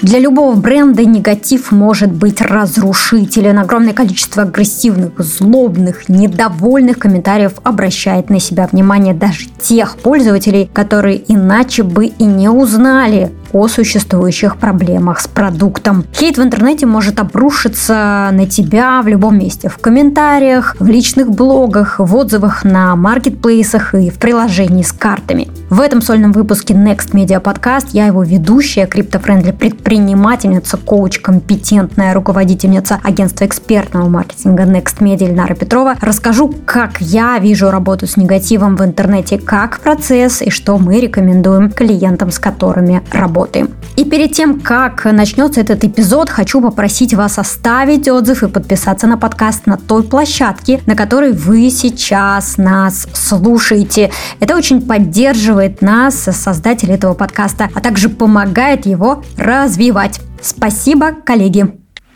Для любого бренда негатив может быть разрушителен. Огромное количество агрессивных, злобных, недовольных комментариев обращает на себя внимание даже тех пользователей, которые иначе бы и не узнали о существующих проблемах с продуктом. Хейт в интернете может обрушиться на тебя в любом месте. В комментариях, в личных блогах, в отзывах на маркетплейсах и в приложении с картами. В этом сольном выпуске Next Media Podcast я его ведущая, криптофрендли предпринимательница, коуч, компетентная руководительница агентства экспертного маркетинга Next Media Ильнара Петрова расскажу, как я вижу работу с негативом в интернете как процесс и что мы рекомендуем клиентам, с которыми работаем. И перед тем, как начнется этот эпизод, хочу попросить вас оставить отзыв и подписаться на подкаст на той площадке, на которой вы сейчас нас слушаете. Это очень поддерживает нас, создателей этого подкаста, а также помогает его развивать. Спасибо, коллеги!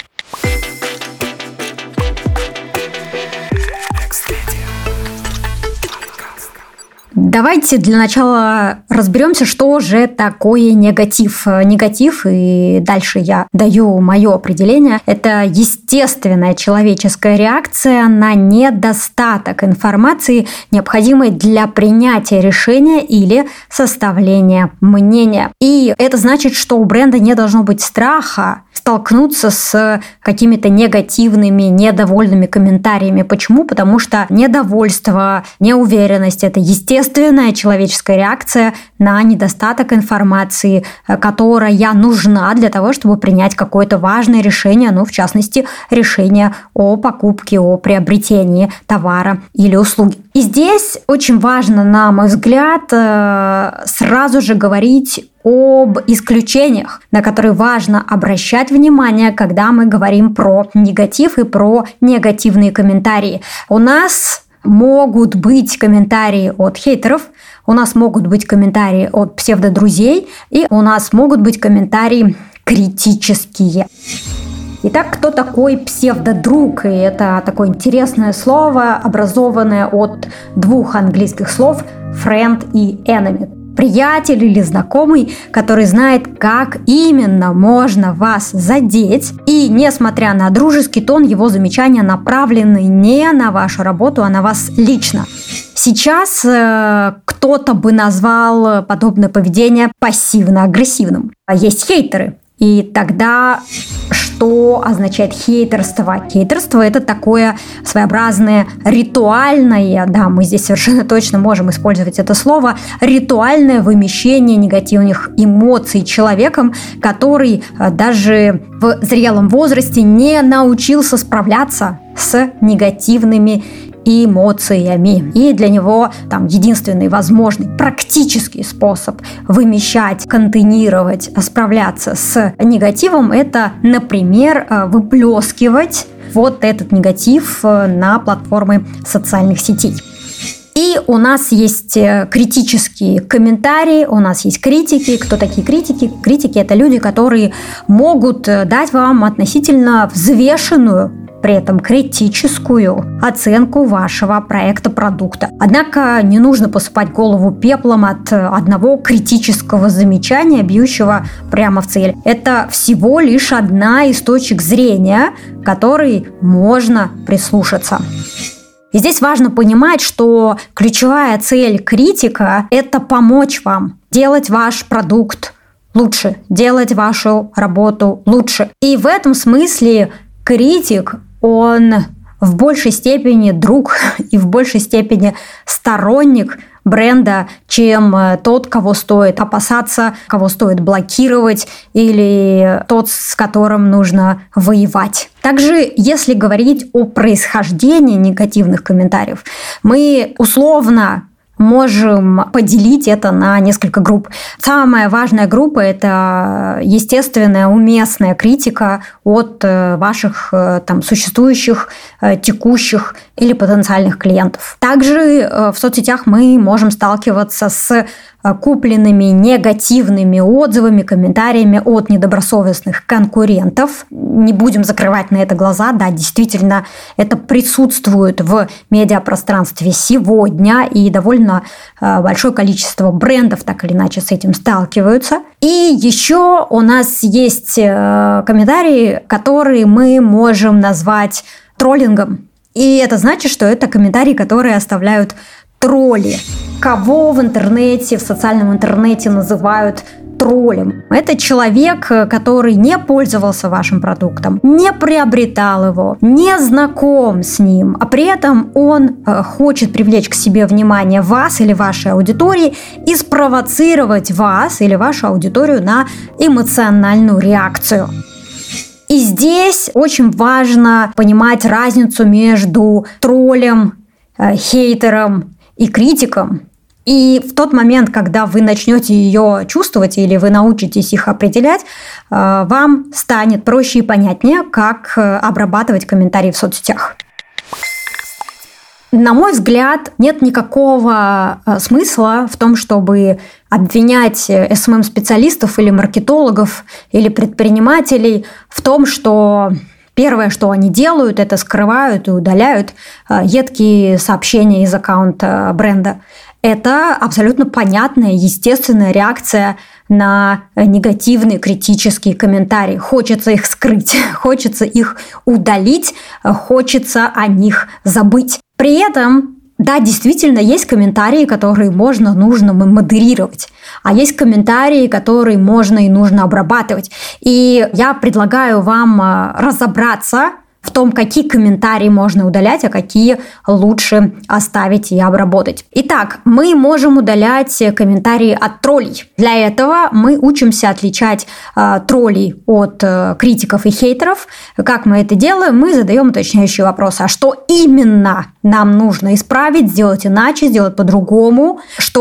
Давайте для начала разберемся, что же такое негатив. Негатив, и дальше я даю мое определение, это естественная человеческая реакция на недостаток информации, необходимой для принятия решения или составления мнения. И это значит, что у бренда не должно быть страха столкнуться с какими-то негативными, недовольными комментариями. Почему? Потому что недовольство, неуверенность – это естественная человеческая реакция на недостаток информации, которая нужна для того, чтобы принять какое-то важное решение, в частности, решение о покупке, о приобретении товара или услуги. И здесь очень важно, на мой взгляд, сразу же говорить об исключениях, на которые важно обращать внимание, когда мы говорим про негатив и про негативные комментарии. У нас могут быть комментарии от хейтеров, у нас могут быть комментарии от псевдодрузей, и у нас могут быть комментарии критические. Итак, кто такой псевдодруг? И это такое интересное слово, образованное от двух английских слов friend и enemy. Приятель или знакомый, который знает, как именно можно вас задеть. И несмотря на дружеский тон, его замечания направлены не на вашу работу, а на вас лично. Сейчас кто-то бы назвал подобное поведение пассивно-агрессивным. Есть хейтеры. И тогда что означает хейтерство? Хейтерство – это такое своеобразное ритуальное, мы здесь совершенно точно можем использовать это слово, ритуальное вымещение негативных эмоций человеком, который даже в зрелом возрасте не научился справляться с негативными эмоциями. И для него единственный возможный практический способ вымещать, контейнировать, справляться с негативом – это, например, выплескивать вот этот негатив на платформы социальных сетей. И у нас есть критические комментарии, у нас есть критики. Кто такие критики? Критики – это люди, которые могут дать вам относительно взвешенную, при этом критическую оценку вашего проекта, продукта. Однако не нужно посыпать голову пеплом от одного критического замечания, бьющего прямо в цель. Это всего лишь одна из точек зрения, к которой можно прислушаться. И здесь важно понимать, что ключевая цель критика – это помочь вам делать ваш продукт лучше, делать вашу работу лучше. И в этом смысле критик, он в большей степени друг и в большей степени сторонник бренда, чем тот, кого стоит опасаться, кого стоит блокировать или тот, с которым нужно воевать. Также, если говорить о происхождении негативных комментариев, мы условно можем поделить это на несколько групп. Самая важная группа – это естественная, уместная критика от ваших существующих, текущих или потенциальных клиентов. Также в соцсетях мы можем сталкиваться с купленными негативными отзывами, комментариями от недобросовестных конкурентов. Не будем закрывать на это глаза. Да, действительно, это присутствует в медиапространстве сегодня, и довольно большое количество брендов так или иначе с этим сталкиваются. И еще у нас есть комментарии, которые мы можем назвать троллингом. И это значит, что это комментарии, которые оставляют тролли. Кого в интернете, в социальном интернете называют троллем? Это человек, который не пользовался вашим продуктом, не приобретал его, не знаком с ним, а при этом он хочет привлечь к себе внимание вас или вашей аудитории и спровоцировать вас или вашу аудиторию на эмоциональную реакцию. И здесь очень важно понимать разницу между троллем, хейтером и критиком. И в тот момент, когда вы начнете ее чувствовать или вы научитесь их определять, вам станет проще и понятнее, как обрабатывать комментарии в соцсетях. На мой взгляд, нет никакого смысла в том, чтобы обвинять SMM-специалистов или маркетологов или предпринимателей в том, что первое, что они делают, это скрывают и удаляют едкие сообщения из аккаунта бренда. Это абсолютно понятная, естественная реакция на негативные критические комментарии. Хочется их скрыть, хочется их удалить, хочется о них забыть. При этом, да, действительно, есть комментарии, которые можно, нужно модерировать, а есть комментарии, которые можно и нужно обрабатывать. И я предлагаю вам разобраться в том, какие комментарии можно удалять, а какие лучше оставить и обработать. Итак, мы можем удалять комментарии от троллей. Для этого мы учимся отличать троллей от критиков и хейтеров. Как мы это делаем? Мы задаем уточняющие вопросы. А что именно нам нужно исправить, сделать иначе, сделать по-другому,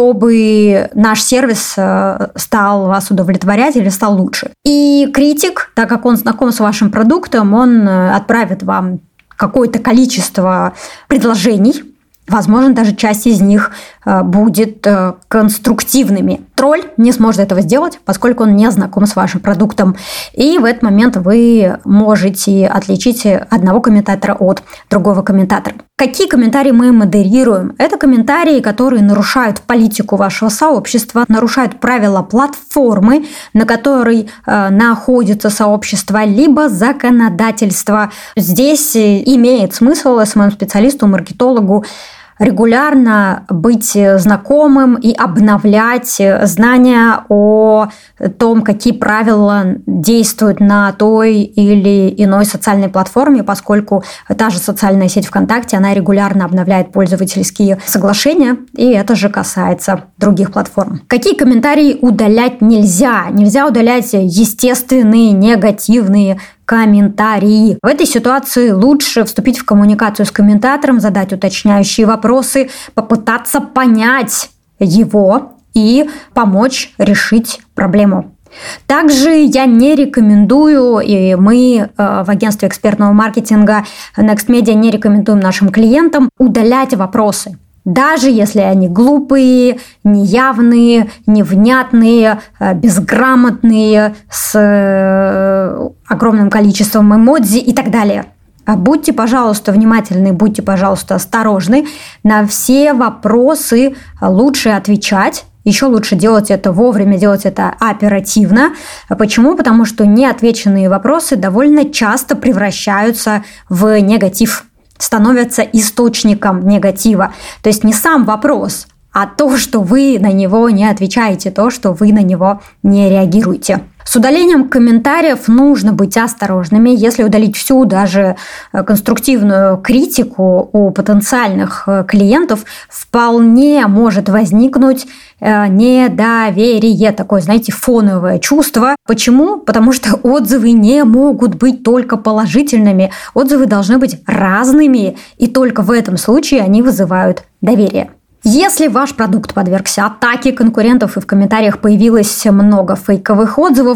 чтобы наш сервис стал вас удовлетворять или стал лучше? И критик, так как он знаком с вашим продуктом, он отправит вам какое-то количество предложений. Возможно, даже часть из них будет конструктивными. Тролль не сможет этого сделать, поскольку он не знаком с вашим продуктом. И в этот момент вы можете отличить одного комментатора от другого комментатора. Какие комментарии мы модерируем? Это комментарии, которые нарушают политику вашего сообщества, нарушают правила платформы, на которой находится сообщество, либо законодательство. Здесь имеет смысл SMM-специалисту, маркетологу регулярно быть знакомым и обновлять знания о том, какие правила действуют на той или иной социальной платформе, поскольку та же социальная сеть ВКонтакте, она регулярно обновляет пользовательские соглашения, и это же касается других платформ. Какие комментарии удалять нельзя? Нельзя удалять естественные, негативные комментарии. В этой ситуации лучше вступить в коммуникацию с комментатором, задать уточняющие вопросы, попытаться понять его и помочь решить проблему. Также я не рекомендую, и мы в агентстве экспертного маркетинга Next Media не рекомендуем нашим клиентам удалять вопросы. Даже если они глупые, неявные, невнятные, безграмотные, с огромным количеством эмодзи и так далее. Будьте, пожалуйста, внимательны, будьте, пожалуйста, осторожны. На все вопросы лучше отвечать. Еще лучше делать это вовремя, делать это оперативно. Почему? Потому что неотвеченные вопросы довольно часто превращаются в негатив, становятся источником негатива. То есть не сам вопрос, а то, что вы на него не отвечаете, то, что вы на него не реагируете. С удалением комментариев нужно быть осторожными. Если удалить всю, даже конструктивную критику у потенциальных клиентов, вполне может возникнуть недоверие, такое, знаете, фоновое чувство. Почему? Потому что отзывы не могут быть только положительными. Отзывы должны быть разными, и только в этом случае они вызывают доверие. Если ваш продукт подвергся атаке конкурентов и в комментариях появилось много фейковых отзывов,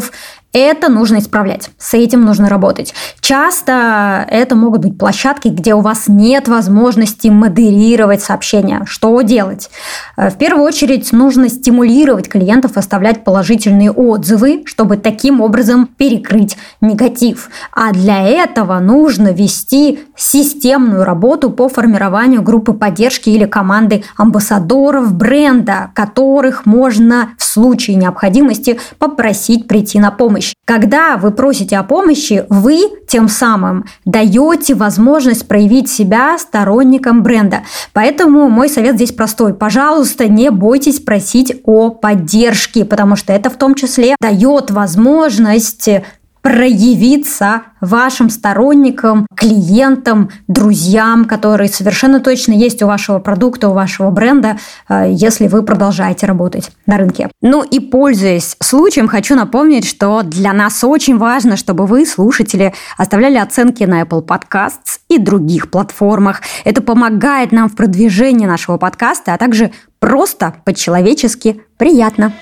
Это нужно исправлять, с этим нужно работать. Часто это могут быть площадки, где у вас нет возможности модерировать сообщения. Что делать? В первую очередь нужно стимулировать клиентов оставлять положительные отзывы, чтобы таким образом перекрыть негатив. А для этого нужно вести системную работу по формированию группы поддержки или команды амбассадоров бренда, которых можно в случае необходимости попросить прийти на помощь. Когда вы просите о помощи, вы тем самым даете возможность проявить себя сторонникам бренда. Поэтому мой совет здесь простой. Пожалуйста, не бойтесь просить о поддержке, потому что это в том числе дает возможность проявиться вашим сторонникам, клиентам, друзьям, которые совершенно точно есть у вашего продукта, у вашего бренда, если вы продолжаете работать на рынке. Ну и пользуясь случаем, хочу напомнить, что для нас очень важно, чтобы вы, слушатели, оставляли оценки на Apple Podcasts и других платформах. Это помогает нам в продвижении нашего подкаста, а также просто по-человечески приятно.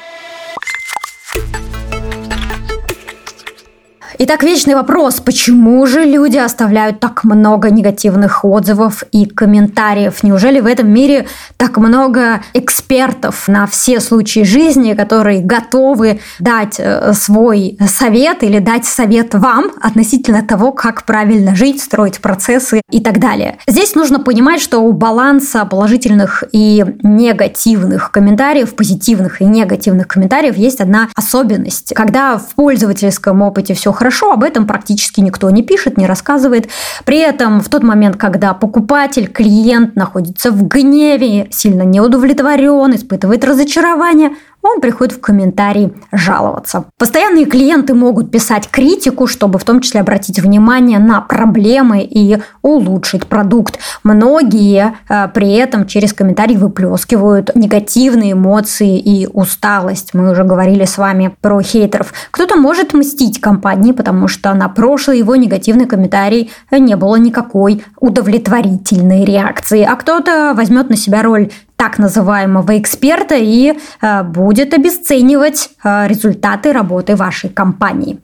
Итак, вечный вопрос, почему же люди оставляют так много негативных отзывов и комментариев? Неужели в этом мире так много экспертов на все случаи жизни, которые готовы дать свой совет или дать совет вам относительно того, как правильно жить, строить процессы и так далее? Здесь нужно понимать, что у баланса положительных и негативных комментариев, позитивных и негативных комментариев есть одна особенность. Когда в пользовательском опыте все хорошо, об этом практически никто не пишет, не рассказывает. При этом в тот момент, когда покупатель, клиент находится в гневе, сильно неудовлетворен, испытывает разочарование, он приходит в комментарии жаловаться. Постоянные клиенты могут писать критику, чтобы в том числе обратить внимание на проблемы и улучшить продукт. Многие при этом через комментарии выплескивают негативные эмоции и усталость. Мы уже говорили с вами про хейтеров. Кто-то может мстить компании, потому что на прошлый его негативный комментарий не было никакой удовлетворительной реакции. А кто-то возьмет на себя роль так называемого эксперта и будет обесценивать результаты работы вашей компании.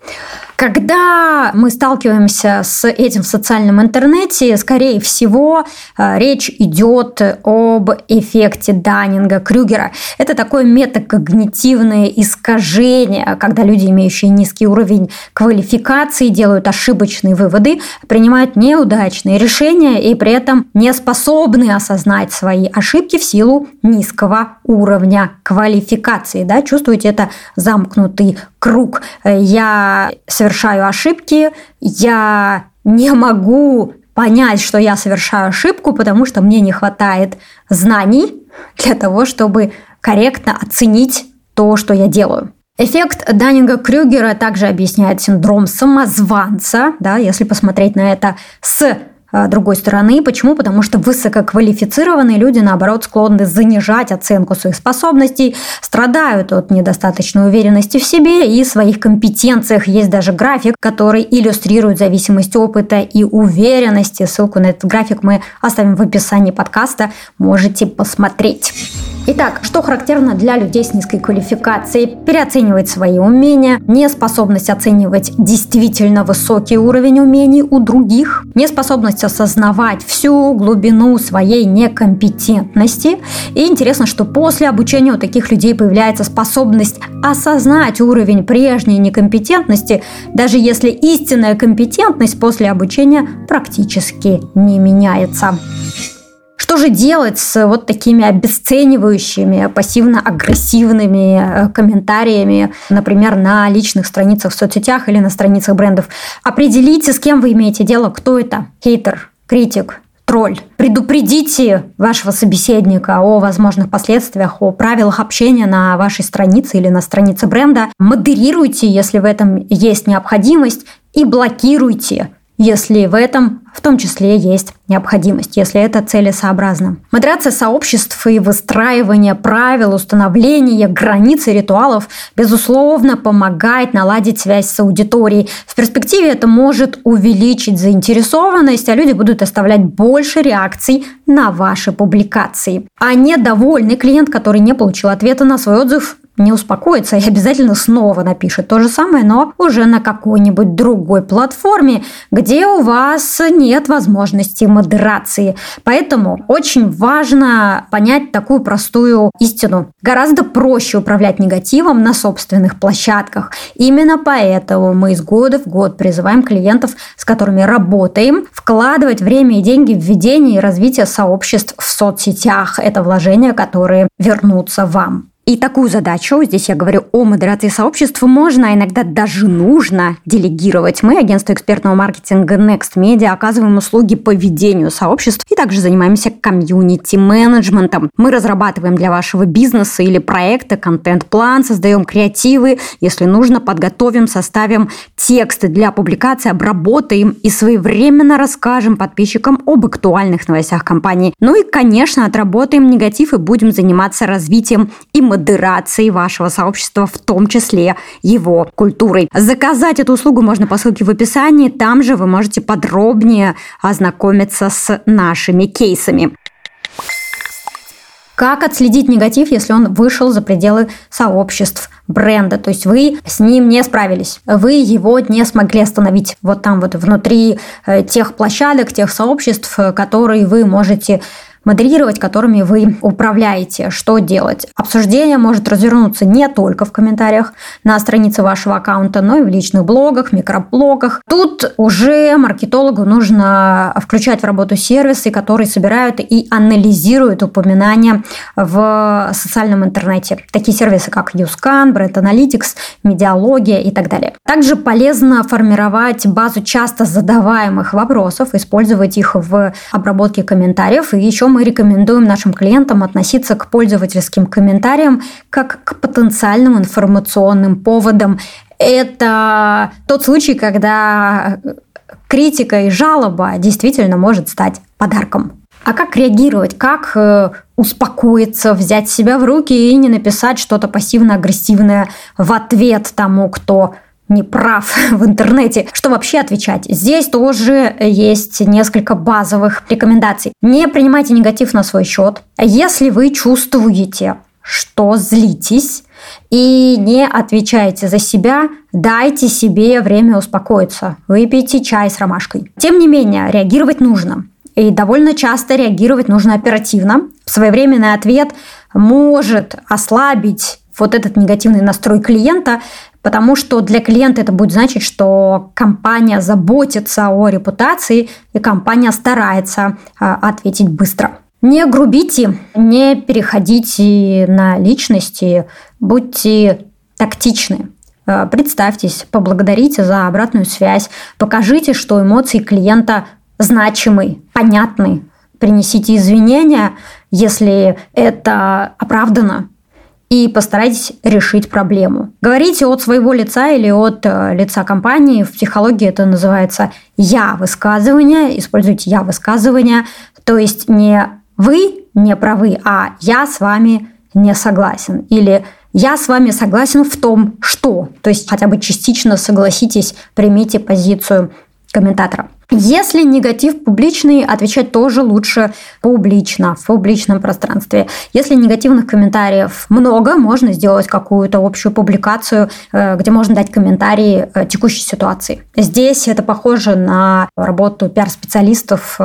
Когда мы сталкиваемся с этим в социальном интернете, скорее всего, речь идет об эффекте Даннинга-Крюгера. Это такое метакогнитивное искажение, когда люди, имеющие низкий уровень квалификации, делают ошибочные выводы, принимают неудачные решения и при этом не способны осознать свои ошибки в силу низкого уровня квалификации. Да? Чувствуете, это замкнутый круг. Я совершаю ошибки, я не могу понять, что я совершаю ошибку, потому что мне не хватает знаний для того, чтобы корректно оценить то, что я делаю. Эффект Даннинга-Крюгера также объясняет синдром самозванца, да, если посмотреть на это с другой стороны. Почему? Потому что высококвалифицированные люди, наоборот, склонны занижать оценку своих способностей, страдают от недостаточной уверенности в себе и своих компетенциях. Есть даже график, который иллюстрирует зависимость опыта и уверенности. Ссылку на этот график мы оставим в описании подкаста. Можете посмотреть. Итак, что характерно для людей с низкой квалификацией? Переоценивать свои умения, неспособность оценивать действительно высокий уровень умений у других, неспособность осознавать всю глубину своей некомпетентности. И интересно, что после обучения у таких людей появляется способность осознать уровень прежней некомпетентности, даже если истинная компетентность после обучения практически не меняется. Что же делать с вот такими обесценивающими, пассивно-агрессивными комментариями, например, на личных страницах в соцсетях или на страницах брендов? Определите, с кем вы имеете дело, кто это: хейтер, критик, тролль. Предупредите вашего собеседника о возможных последствиях, о правилах общения на вашей странице или на странице бренда. Модерируйте, если в этом есть необходимость, и блокируйте, если в этом в том числе есть необходимость, если это целесообразно. Модерация сообществ и выстраивание правил, установление границ и ритуалов, безусловно, помогает наладить связь с аудиторией. В перспективе это может увеличить заинтересованность, а люди будут оставлять больше реакций на ваши публикации. А недовольный клиент, который не получил ответа на свой отзыв, не успокоится и обязательно снова напишет то же самое, но уже на какой-нибудь другой платформе, где у вас нет возможности модерации. Поэтому очень важно понять такую простую истину. Гораздо проще управлять негативом на собственных площадках. Именно поэтому мы из года в год призываем клиентов, с которыми работаем, вкладывать время и деньги в ведение и развитие сообществ в соцсетях. Это вложения, которые вернутся вам. И такую задачу, здесь я говорю о модерации сообществ, можно, а иногда даже нужно делегировать. Мы, агентство экспертного маркетинга Next Media, оказываем услуги по ведению сообществ и также занимаемся комьюнити-менеджментом. Мы разрабатываем для вашего бизнеса или проекта контент-план, создаем креативы, если нужно, подготовим, составим тексты для публикации, обработаем и своевременно расскажем подписчикам об актуальных новостях компании. Ну и, конечно, отработаем негатив и будем заниматься развитием и модерацией вашего сообщества, в том числе его культурой. Заказать эту услугу можно по ссылке в описании. Там же вы можете подробнее ознакомиться с нашими кейсами. Как отследить негатив, если он вышел за пределы сообществ бренда? То есть вы с ним не справились, вы его не смогли остановить вот там вот внутри тех площадок, тех сообществ, которые вы можете модерировать, которыми вы управляете. Что делать? Обсуждение может развернуться не только в комментариях на странице вашего аккаунта, но и в личных блогах, микроблогах. Тут уже маркетологу нужно включать в работу сервисы, которые собирают и анализируют упоминания в социальном интернете. Такие сервисы, как YouScan, Brand Analytics, Медиалогия и так далее. Также полезно формировать базу часто задаваемых вопросов, использовать их в обработке комментариев. И еще мы рекомендуем нашим клиентам относиться к пользовательским комментариям как к потенциальным информационным поводам. Это тот случай, когда критика и жалоба действительно может стать подарком. А как реагировать? Как успокоиться, взять себя в руки и не написать что-то пассивно-агрессивное в ответ тому, кто не прав в интернете? Что вообще отвечать? Здесь тоже есть несколько базовых рекомендаций. Не принимайте негатив на свой счет. Если вы чувствуете, что злитесь и не отвечаете за себя, дайте себе время успокоиться. Выпейте чай с ромашкой. Тем не менее, реагировать нужно. И довольно часто реагировать нужно оперативно. Своевременный ответ может ослабить вот этот негативный настрой клиента, потому что для клиента это будет значить, что компания заботится о репутации, и компания старается ответить быстро. Не грубите, не переходите на личности, будьте тактичны. Представьтесь, поблагодарите за обратную связь, покажите, что эмоции клиента значимы, понятны. Принесите извинения, если это оправдано. И постарайтесь решить проблему. Говорите от своего лица или от лица компании. В психологии это называется «я-высказывание». Используйте «я-высказывание». То есть не вы не правы, а «я с вами не согласен». Или «я с вами согласен в том, что». То есть хотя бы частично согласитесь, примите позицию комментатора. Если негатив публичный, отвечать тоже лучше публично, в публичном пространстве. Если негативных комментариев много, можно сделать какую-то общую публикацию, где можно дать комментарии текущей ситуации. Здесь это похоже на работу пиар-специалистов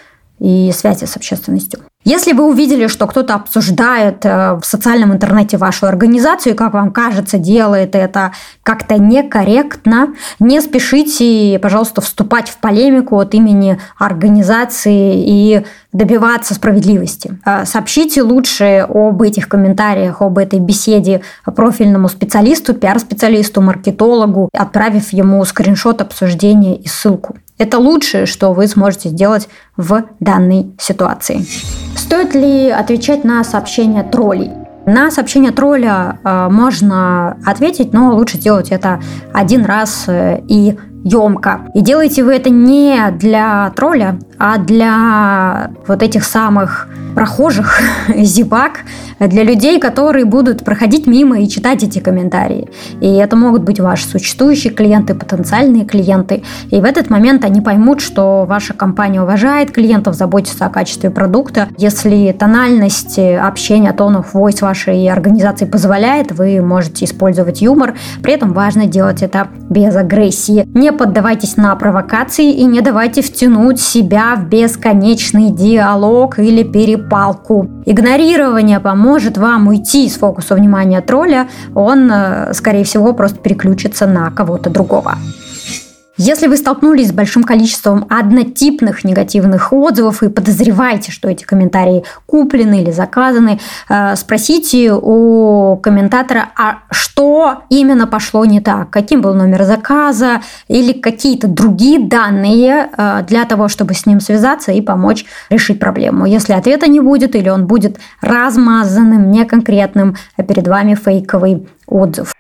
и связи с общественностью. Если вы увидели, что кто-то обсуждает в социальном интернете вашу организацию, и, как вам кажется, делает это как-то некорректно, не спешите, пожалуйста, вступать в полемику от имени организации и добиваться справедливости. Сообщите лучше об этих комментариях, об этой беседе профильному специалисту, пиар-специалисту, маркетологу, отправив ему скриншот обсуждения и ссылку. Это лучшее, что вы сможете сделать в данной ситуации. Стоит ли отвечать на сообщения троллей? На сообщение тролля можно ответить, но лучше сделать это один раз и емко. И делаете вы это не для тролля, а для вот этих самых прохожих, зевак, для людей, которые будут проходить мимо и читать эти комментарии. И это могут быть ваши существующие клиенты, потенциальные клиенты. И в этот момент они поймут, что ваша компания уважает клиентов, заботится о качестве продукта. Если тональность общения, tone of voice вашей организации позволяет, вы можете использовать юмор. При этом важно делать это без агрессии. Не поддавайтесь на провокации и не давайте втянуть себя в бесконечный диалог или перепалку. Игнорирование поможет вам уйти из фокуса внимания тролля. Он, скорее всего, просто переключится на кого-то другого. Если вы столкнулись с большим количеством однотипных негативных отзывов и подозреваете, что эти комментарии куплены или заказаны, спросите у комментатора, а что именно пошло не так, каким был номер заказа или какие-то другие данные для того, чтобы с ним связаться и помочь решить проблему. Если ответа не будет или он будет размазанным, неконкретным, а перед вами фейковый отзыв.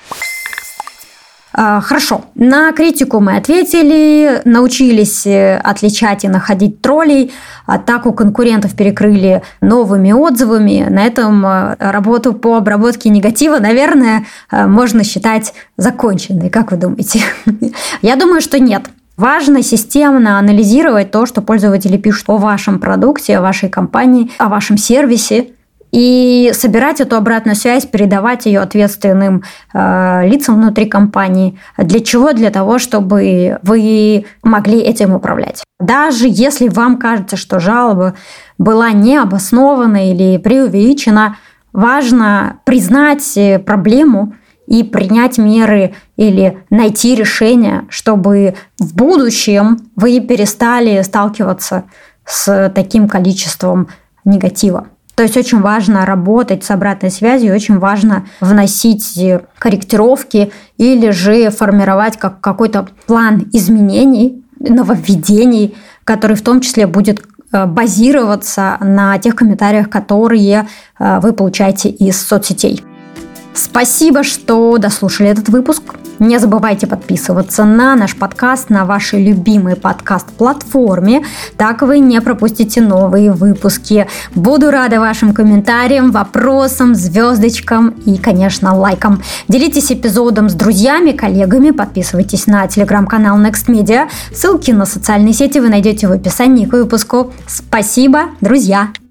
Хорошо, на критику мы ответили, научились отличать и находить троллей, атаку конкурентов перекрыли новыми отзывами. На этом работу по обработке негатива, наверное, можно считать законченной. Как вы думаете? Я думаю, что нет. Важно системно анализировать то, что пользователи пишут о вашем продукте, о вашей компании, о вашем сервисе, и собирать эту обратную связь, передавать ее ответственным лицам внутри компании. Для чего? Для того, чтобы вы могли этим управлять. Даже если вам кажется, что жалоба была необоснована или преувеличена, важно признать проблему и принять меры или найти решение, чтобы в будущем вы перестали сталкиваться с таким количеством негатива. То есть очень важно работать с обратной связью, очень важно вносить корректировки или же формировать какой-то план изменений, нововведений, который в том числе будет базироваться на тех комментариях, которые вы получаете из соцсетей. Спасибо, что дослушали этот выпуск. Не забывайте подписываться на наш подкаст на вашей любимой подкаст-платформе. Так вы не пропустите новые выпуски. Буду рада вашим комментариям, вопросам, звездочкам и, конечно, лайкам. Делитесь эпизодом с друзьями, коллегами. Подписывайтесь на телеграм-канал Next Media. Ссылки на социальные сети вы найдете в описании к выпуску. Спасибо, друзья!